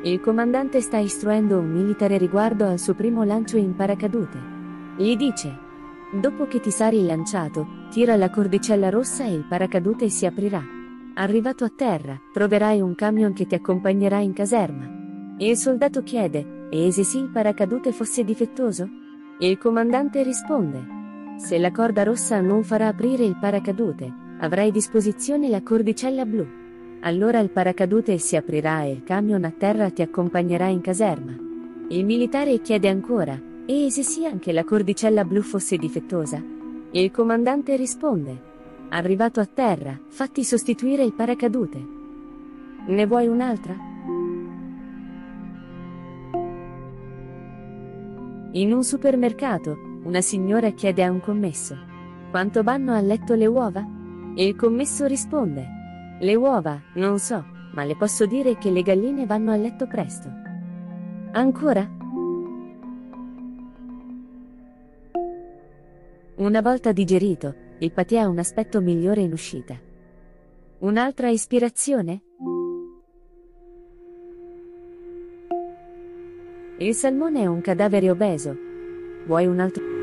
Il comandante sta istruendo un militare riguardo al suo primo lancio in paracadute. Gli dice: dopo che ti sarai lanciato, tira la cordicella rossa e il paracadute si aprirà. Arrivato a terra, troverai un camion che ti accompagnerà in caserma. Il soldato chiede: e se sì il paracadute fosse difettoso? Il comandante risponde: se la corda rossa non farà aprire il paracadute, avrai a disposizione la cordicella blu. Allora il paracadute si aprirà e il camion a terra ti accompagnerà in caserma. Il militare chiede ancora: e se sì anche la cordicella blu fosse difettosa? Il comandante risponde: arrivato a terra, fatti sostituire il paracadute. Ne vuoi un'altra? In un supermercato, una signora chiede a un commesso: quanto vanno a letto le uova? E il commesso risponde: le uova, non so, ma le posso dire che le galline vanno a letto presto. Ancora? Una volta digerito, il patè ha un aspetto migliore in uscita. Un'altra ispirazione? Il salmone è un cadavere obeso. Vuoi un altro?